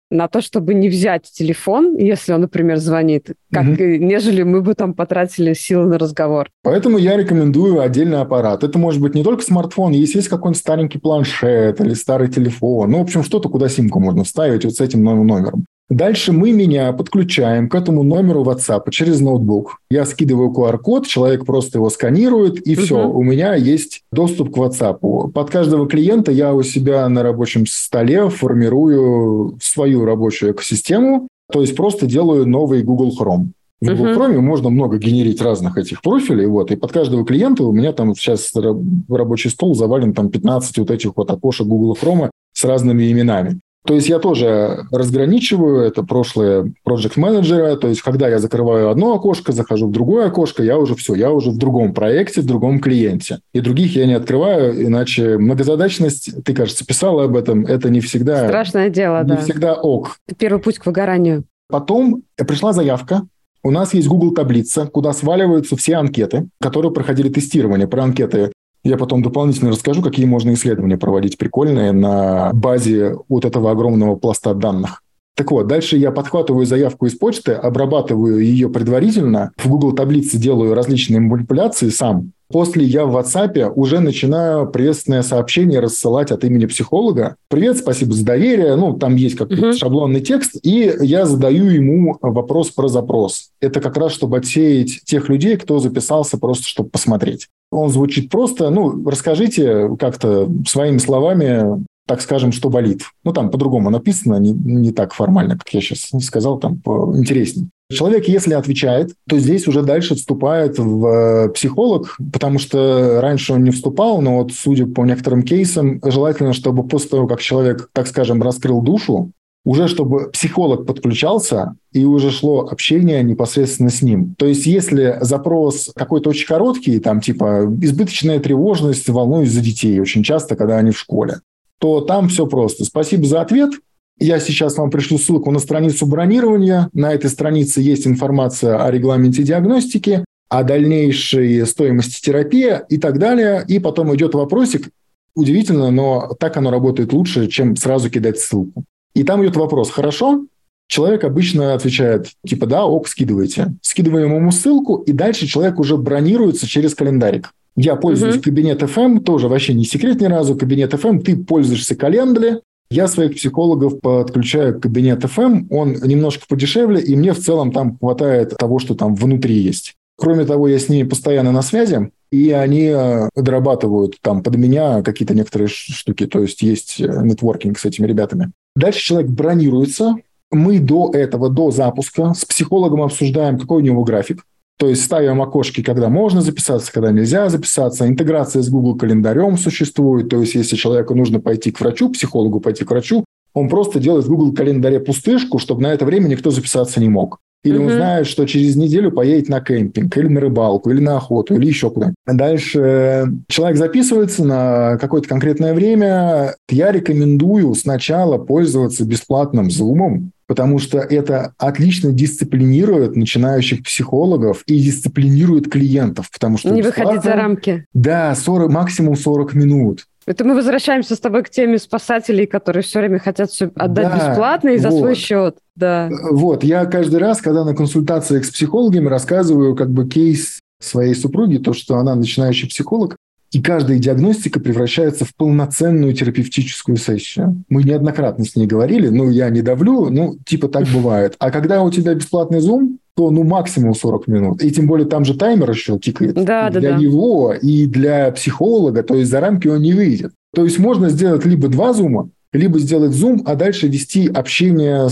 на то, чтобы не взять телефон, если он, например, звонит, нежели мы бы там потратили силы на разговор. Поэтому я рекомендую отдельный аппарат. Это может быть не только смартфон, если есть какой-нибудь старенький планшет или старый телефон. Ну, в общем, что-то, куда симку можно вставить вот с этим номером. Дальше мы меня подключаем к этому номеру WhatsApp через ноутбук. Я скидываю QR-код, человек просто его сканирует, и все, у меня есть доступ к WhatsApp. Под каждого клиента я у себя на рабочем столе формирую свою рабочую экосистему, то есть просто делаю новый Google Chrome. В Google Chrome можно много генерить разных этих профилей, и под каждого клиента у меня там сейчас рабочий стол завален там 15 вот этих вот окошек Google Chrome с разными именами. То есть я тоже разграничиваю, это прошлое проект-менеджера, то есть когда я закрываю одно окошко, захожу в другое окошко, я уже в другом проекте, в другом клиенте. И других я не открываю, иначе многозадачность, ты, кажется, писала об этом, это не всегда... Страшное дело, не всегда ок. Первый путь к выгоранию. Потом пришла заявка. У нас есть Google таблица, куда сваливаются все анкеты, которые проходили тестирование. Про анкеты я потом дополнительно расскажу, какие можно исследования проводить прикольные на базе вот этого огромного пласта данных. Так вот, дальше я подхватываю заявку из почты, обрабатываю ее предварительно, в Google таблице делаю различные манипуляции сам. После я в WhatsApp уже начинаю приветственное сообщение рассылать от имени психолога. Привет, спасибо за доверие. Ну, там есть какой-то шаблонный текст, и я задаю ему вопрос про запрос. Это как раз, чтобы отсеять тех людей, кто записался просто, чтобы посмотреть. Он звучит просто, расскажите как-то своими словами, так скажем, что болит. Там по-другому написано, не так формально, как я сейчас сказал, там поинтереснее. Человек, если отвечает, то здесь уже дальше вступает в психолог, потому что раньше он не вступал, но вот судя по некоторым кейсам, желательно, чтобы после того, как человек, так скажем, раскрыл душу, уже чтобы психолог подключался, и уже шло общение непосредственно с ним. То есть если запрос какой-то очень короткий, там типа избыточная тревожность, волнуюсь за детей очень часто, когда они в школе, то там все просто. Спасибо за ответ. Я сейчас вам пришлю ссылку на страницу бронирования. На этой странице есть информация о регламенте диагностики, о дальнейшей стоимости терапии и так далее. И потом идет вопросик. Удивительно, но так оно работает лучше, чем сразу кидать ссылку. И там идет вопрос: хорошо? Человек обычно отвечает, типа, да, ок, скидывайте. Скидываем ему ссылку, и дальше человек уже бронируется через календарик. Я пользуюсь Кабинет FM, тоже вообще не секрет ни разу. Кабинет FM, ты пользуешься Calendly. Я своих психологов подключаю к Кабинет FM, он немножко подешевле, и мне в целом там хватает того, что там внутри есть. Кроме того, я с ними постоянно на связи, и они дорабатывают там под меня какие-то некоторые штуки, то есть нетворкинг с этими ребятами. Дальше человек бронируется. Мы до запуска с психологом обсуждаем, какой у него график. То есть ставим окошки, когда можно записаться, когда нельзя записаться. Интеграция с Google календарем существует. То есть если человеку нужно пойти к врачу, психологу пойти к врачу, он просто делает в Google календаре пустышку, чтобы на это время никто записаться не мог. Или он знает, что через неделю поедет на кемпинг, или на рыбалку, или на охоту, или еще куда-нибудь. Дальше человек записывается на какое-то конкретное время. Я рекомендую сначала пользоваться бесплатным Zoom, потому что это отлично дисциплинирует начинающих психологов и дисциплинирует клиентов. Потому что не выходить за рамки. Да, максимум 40 минут. Это мы возвращаемся с тобой к теме спасателей, которые все время хотят все отдать бесплатно и за свой счет. Да. Я каждый раз, когда на консультациях с психологами рассказываю кейс своей супруги, то, что она начинающий психолог, и каждая диагностика превращается в полноценную терапевтическую сессию. Мы неоднократно с ней говорили, я не давлю, так бывает. А когда у тебя бесплатный Zoom, то максимум 40 минут. И тем более там же таймер еще тикает. Для него и для психолога, то есть за рамки он не выйдет. То есть можно сделать либо 2 зума, либо сделать Zoom, а дальше вести общение,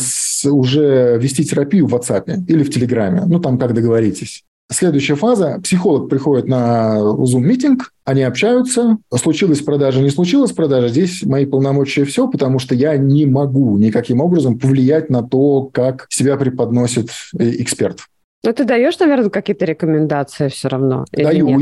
вести терапию в WhatsApp или в Телеграме. Там как договоритесь. Следующая фаза. Психолог приходит на Zoom-митинг, они общаются. Случилась продажа, не случилась продажа. Здесь мои полномочия все, потому что я не могу никаким образом повлиять на то, как себя преподносит эксперт. Но ты даешь, наверное, какие-то рекомендации все равно? Даю.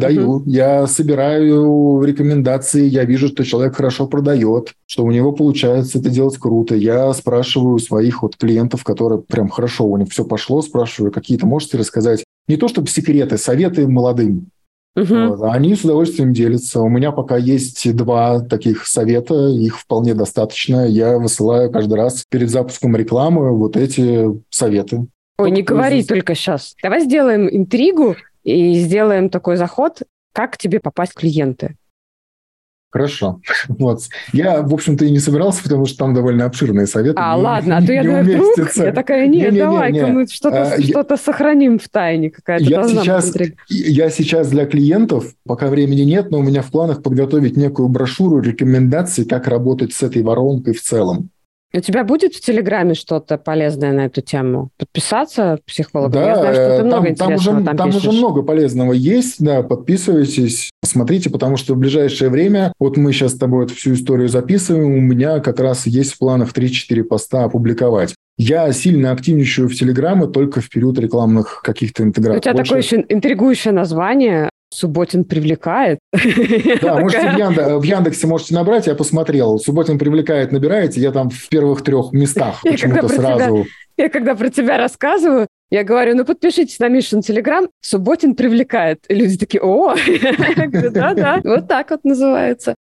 Я собираю рекомендации, я вижу, что человек хорошо продает, что у него получается это делать круто. Я спрашиваю своих клиентов, которые прям хорошо, у них все пошло, спрашиваю, какие-то можете рассказать, не то чтобы секреты, советы молодым. Вот. Они с удовольствием делятся. У меня пока есть 2 таких совета, их вполне достаточно. Я высылаю каждый раз перед запуском рекламы вот эти советы. Ой, не говори только сейчас. Давай сделаем интригу и сделаем такой заход, как к тебе попасть в клиенты. Хорошо. Вот. Я, в общем-то, и не собирался, потому что там довольно обширные советы. Ладно, а то я думаю, вдруг? Я такая, нет, давай-ка мы что-то сохраним в тайне. Какая-то должна быть интрига. Я сейчас для клиентов, пока времени нет, но у меня в планах подготовить некую брошюру рекомендаций, как работать с этой воронкой в целом. У тебя будет в Телеграме что-то полезное на эту тему? Подписаться психологом? Да, я знаю, что ты много интересного там пишешь. Там уже много полезного есть, да, подписывайтесь, смотрите, потому что в ближайшее время, вот мы сейчас с тобой эту всю историю записываем, у меня как раз есть в планах 3-4 поста опубликовать. Я сильно активничаю в Телеграме только в период рекламных каких-то интеграций. У тебя такое еще интригующее название. Субботин привлекает. Да, можете в Яндексе можете набрать, я посмотрел. Субботин привлекает, набираете, я там в первых 3 местах почему-то сразу. Я когда про тебя рассказываю, я говорю, подпишитесь на Мишин Телеграм, Субботин привлекает. И люди такие, о, да-да, вот так вот называется.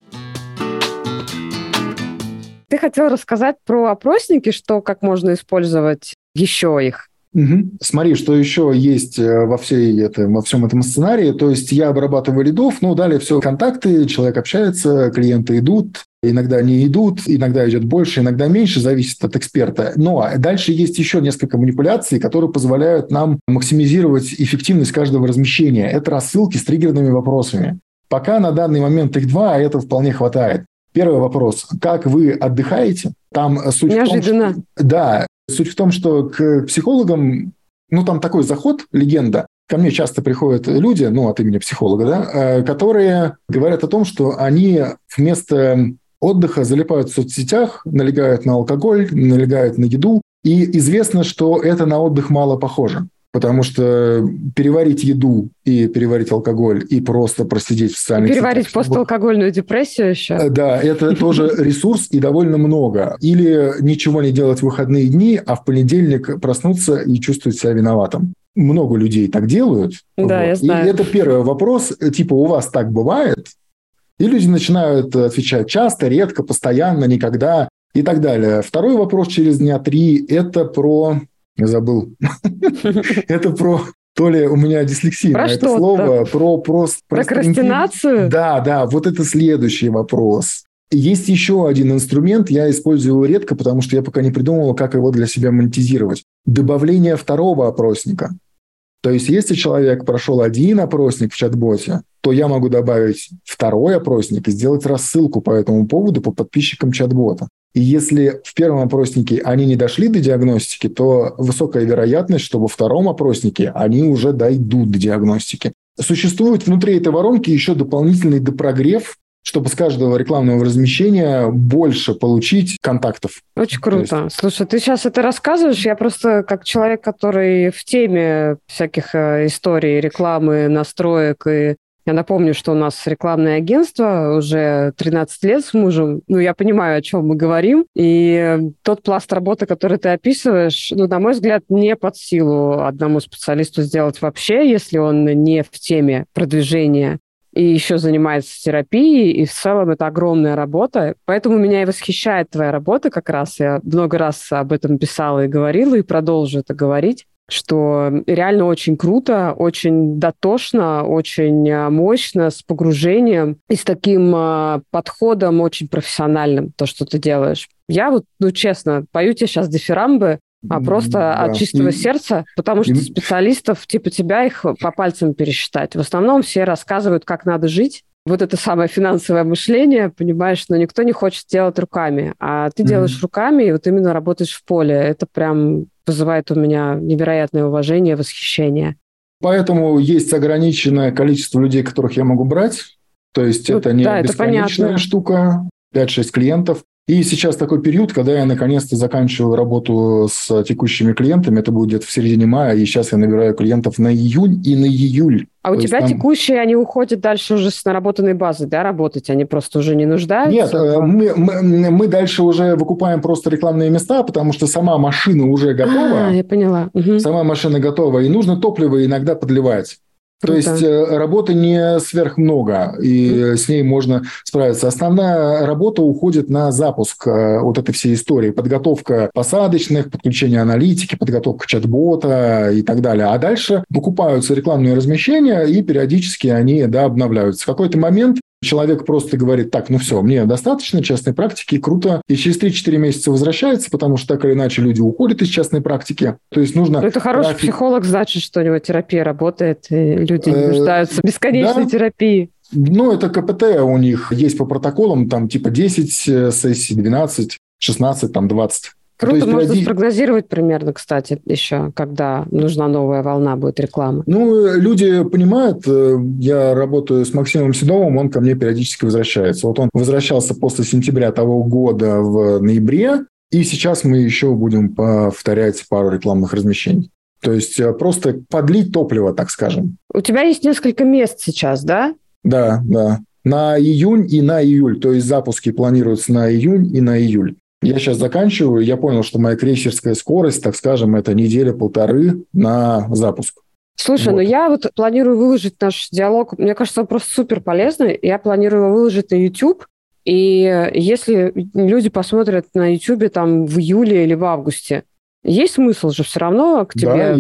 Ты хотел рассказать про опросники, что как можно использовать еще их. Смотри, что еще есть во всем этом сценарии. То есть я обрабатываю лидов, далее все контакты, человек общается, клиенты идут, иногда не идут, иногда идет больше, иногда меньше, зависит от эксперта. Но дальше есть еще несколько манипуляций, которые позволяют нам максимизировать эффективность каждого размещения. Это рассылки с триггерными вопросами. Пока на данный момент их 2, а этого вполне хватает. Первый вопрос. Как вы отдыхаете? Там суть неожиданно. В том, что, да, суть в том, что к психологам, там такой заход, легенда. Ко мне часто приходят люди, от имени психолога, да, которые говорят о том, что они вместо отдыха залипают в соцсетях, налегают на алкоголь, налегают на еду. И известно, что это на отдых мало похоже. Потому что переварить еду и переварить алкоголь и просто просидеть в социальных сетях. Переварить посталкогольную депрессию еще. Да, это тоже ресурс и довольно много. Или ничего не делать в выходные дни, а в понедельник проснуться и чувствовать себя виноватым. Много людей так делают. Да, я знаю. И это первый вопрос, у вас так бывает? И люди начинают отвечать часто, редко, постоянно, никогда и так далее. Второй вопрос через дня 3 – это про... Я забыл. Это про... То ли у меня дислексия на это слово. Про прокрастинацию? Да, вот это следующий вопрос. Есть еще один инструмент, я использую его редко, потому что я пока не придумал, как его для себя монетизировать. Добавление второго опросника. То есть, если человек прошел один опросник в чат-боте, то я могу добавить второй опросник и сделать рассылку по этому поводу по подписчикам чат-бота. И если в первом опроснике они не дошли до диагностики, то высокая вероятность, что во втором опроснике они уже дойдут до диагностики. Существует внутри этой воронки еще дополнительный допрогрев, чтобы с каждого рекламного размещения больше получить контактов. Очень круто. Слушай, ты сейчас это рассказываешь, я просто как человек, который в теме всяких историй, рекламы, настроек и я напомню, что у нас рекламное агентство уже 13 лет с мужем. Я понимаю, о чем мы говорим. И тот пласт работы, который ты описываешь, на мой взгляд, не под силу одному специалисту сделать вообще, если он не в теме продвижения и еще занимается терапией, и в целом это огромная работа. Поэтому меня и восхищает твоя работа как раз. Я много раз об этом писала и говорила, и продолжу это говорить, что реально очень круто, очень дотошно, очень мощно, с погружением и с таким подходом очень профессиональным, то, что ты делаешь. Я честно, пою тебе сейчас дифирамбы, просто от чистого сердца, потому что специалистов типа тебя их по пальцам пересчитать. В основном все рассказывают, как надо жить. Вот это самое финансовое мышление, понимаешь, но никто не хочет делать руками. А ты делаешь руками и именно работаешь в поле. Это прям вызывает у меня невероятное уважение, восхищение. Поэтому есть ограниченное количество людей, которых я могу брать. То есть это не бесконечная штука, 5-6 клиентов. И сейчас такой период, когда я наконец-то заканчиваю работу с текущими клиентами. Это будет где-то в середине мая. И сейчас я набираю клиентов на июнь и на июль. А у тебя текущие, они уходят дальше уже с наработанной базы, да, работать? Они просто уже не нуждаются? Нет, мы дальше уже выкупаем просто рекламные места, потому что сама машина уже готова. Я поняла. Сама машина готова, и нужно топливо иногда подливать. То есть работы не сверхмного, и с ней можно справиться. Основная работа уходит на запуск вот этой всей истории. Подготовка посадочных, подключение аналитики, подготовка чат-бота и так далее. А дальше покупаются рекламные размещения, и периодически они обновляются. В какой-то момент человек просто говорит: так, ну все, мне достаточно частной практики, круто. И через 3-4 месяца возвращается, потому что так или иначе люди уходят из частной практики. То есть нужно... Это хороший психолог, значит, что у него терапия работает, и люди не нуждаются в бесконечной терапии. Ну, это КПТ у них есть по протоколам, там типа 10 сессий, 12, 16, там 20. Круто, можно спрогнозировать примерно, кстати, еще, когда нужна новая волна будет рекламы. Ну, люди понимают, я работаю с Максимом Седовым, он ко мне периодически возвращается. Вот он возвращался после сентября того года в ноябре, и сейчас мы еще будем повторять пару рекламных размещений. То есть просто подлить топливо, так скажем. У тебя есть несколько мест сейчас, да? Да. На июнь и на июль. То есть запуски планируются на июнь и на июль. Я сейчас заканчиваю, я понял, что моя крейсерская скорость, так скажем, это неделя-полторы на запуск. Слушай, ну я вот планирую выложить наш диалог, мне кажется, он просто супер полезный. Я планирую его выложить на YouTube, и если люди посмотрят на YouTube там в июле или в августе, есть смысл же все равно к тебе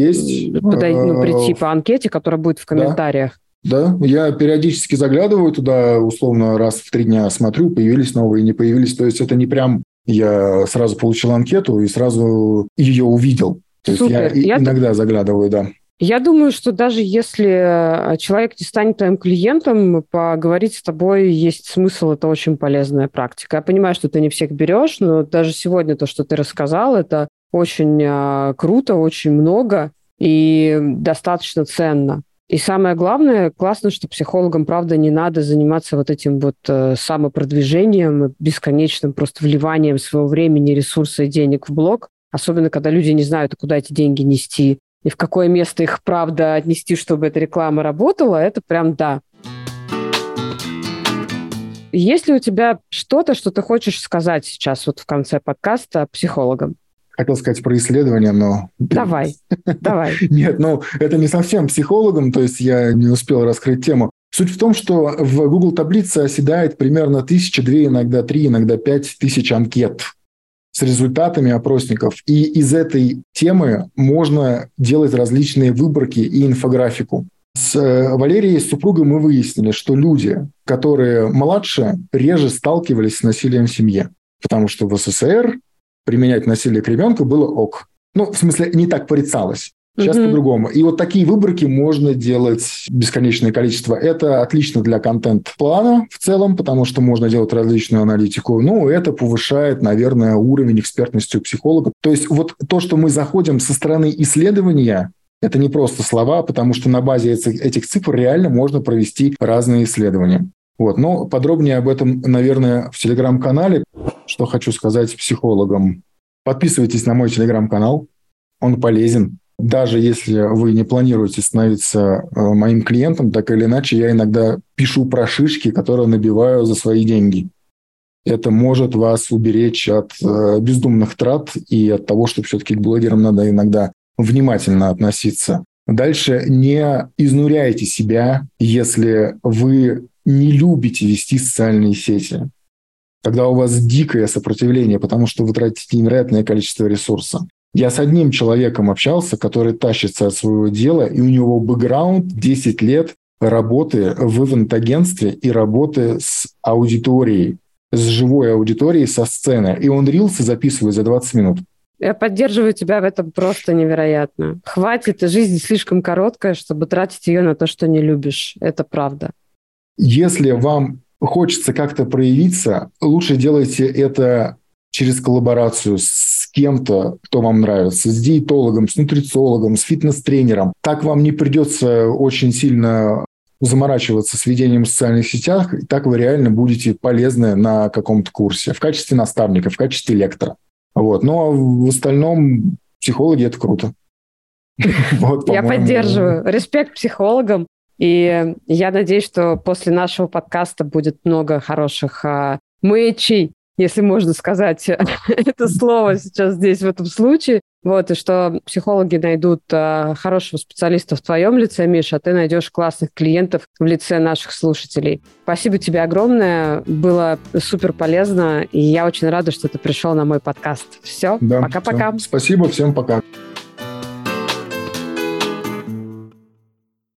прийти по анкете, которая будет в комментариях? Да, я периодически заглядываю туда, условно, раз в 3 дня смотрю, появились новые, не появились. То есть это не прям я сразу получил анкету и сразу ее увидел. То есть я иногда заглядываю, да. Я думаю, что даже если человек не станет твоим клиентом, поговорить с тобой есть смысл, это очень полезная практика. Я понимаю, что ты не всех берешь, но даже сегодня то, что ты рассказал, это очень круто, очень много и достаточно ценно. И самое главное, классно, что психологам, правда, не надо заниматься вот этим вот самопродвижением, бесконечным просто вливанием своего времени, ресурса и денег в блог, особенно когда люди не знают, куда эти деньги нести и в какое место их, правда, отнести, чтобы эта реклама работала, это прям да. Есть ли у тебя что-то, что ты хочешь сказать сейчас вот в конце подкаста психологам? Хотел сказать про исследования, но... Давай. Нет, это не совсем психологом, то есть я не успел раскрыть тему. Суть в том, что в Google таблице оседает примерно 1000, 2, иногда 3, иногда 5000 анкет с результатами опросников. И из этой темы можно делать различные выборки и инфографику. С Валерией, с супругой, мы выяснили, что люди, которые младше, реже сталкивались с насилием в семье. Потому что в СССР применять насилие к ребенку было ок. В смысле, не так порицалось. Сейчас по-другому. И вот такие выборки можно делать бесконечное количество. Это отлично для контент-плана в целом, потому что можно делать различную аналитику. Это повышает, наверное, уровень экспертности у психолога. То есть вот то, что мы заходим со стороны исследования, это не просто слова, потому что на базе этих цифр реально можно провести разные исследования. Но подробнее об этом, наверное, в Телеграм-канале. Что хочу сказать психологам. Подписывайтесь на мой Телеграм-канал. Он полезен. Даже если вы не планируете становиться моим клиентом, так или иначе, я иногда пишу про шишки, которые набиваю за свои деньги. Это может вас уберечь от бездумных трат и от того, что все-таки к блогерам надо иногда внимательно относиться. Дальше не изнуряйте себя, если вы не любите вести социальные сети. Тогда у вас дикое сопротивление, потому что вы тратите невероятное количество ресурса. Я с одним человеком общался, который тащится от своего дела, и у него бэкграунд 10 лет работы в ивент-агентстве и работы с аудиторией, с живой аудиторией, со сцены. И он рилсы записывает за 20 минут. Я поддерживаю тебя в этом просто невероятно. Хватит, жизнь слишком короткая, чтобы тратить ее на то, что не любишь. Это правда. Если вам хочется как-то проявиться, лучше делайте это через коллаборацию с кем-то, кто вам нравится, с диетологом, с нутрициологом, с фитнес-тренером. Так вам не придется очень сильно заморачиваться с ведением в социальных сетях, и так вы реально будете полезны на каком-то курсе в качестве наставника, в качестве лектора. Ну, а в остальном психологи – это круто. Я поддерживаю. Респект психологам. И я надеюсь, что после нашего подкаста будет много хороших мэчей, если можно сказать это слово сейчас здесь, в этом случае, Вот, и что психологи найдут хорошего специалиста в твоем лице, Миша, а ты найдешь классных клиентов в лице наших слушателей. Спасибо тебе огромное. Было супер полезно, и я очень рада, что ты пришел на мой подкаст. Все, да, пока-пока. Все. Спасибо, всем пока.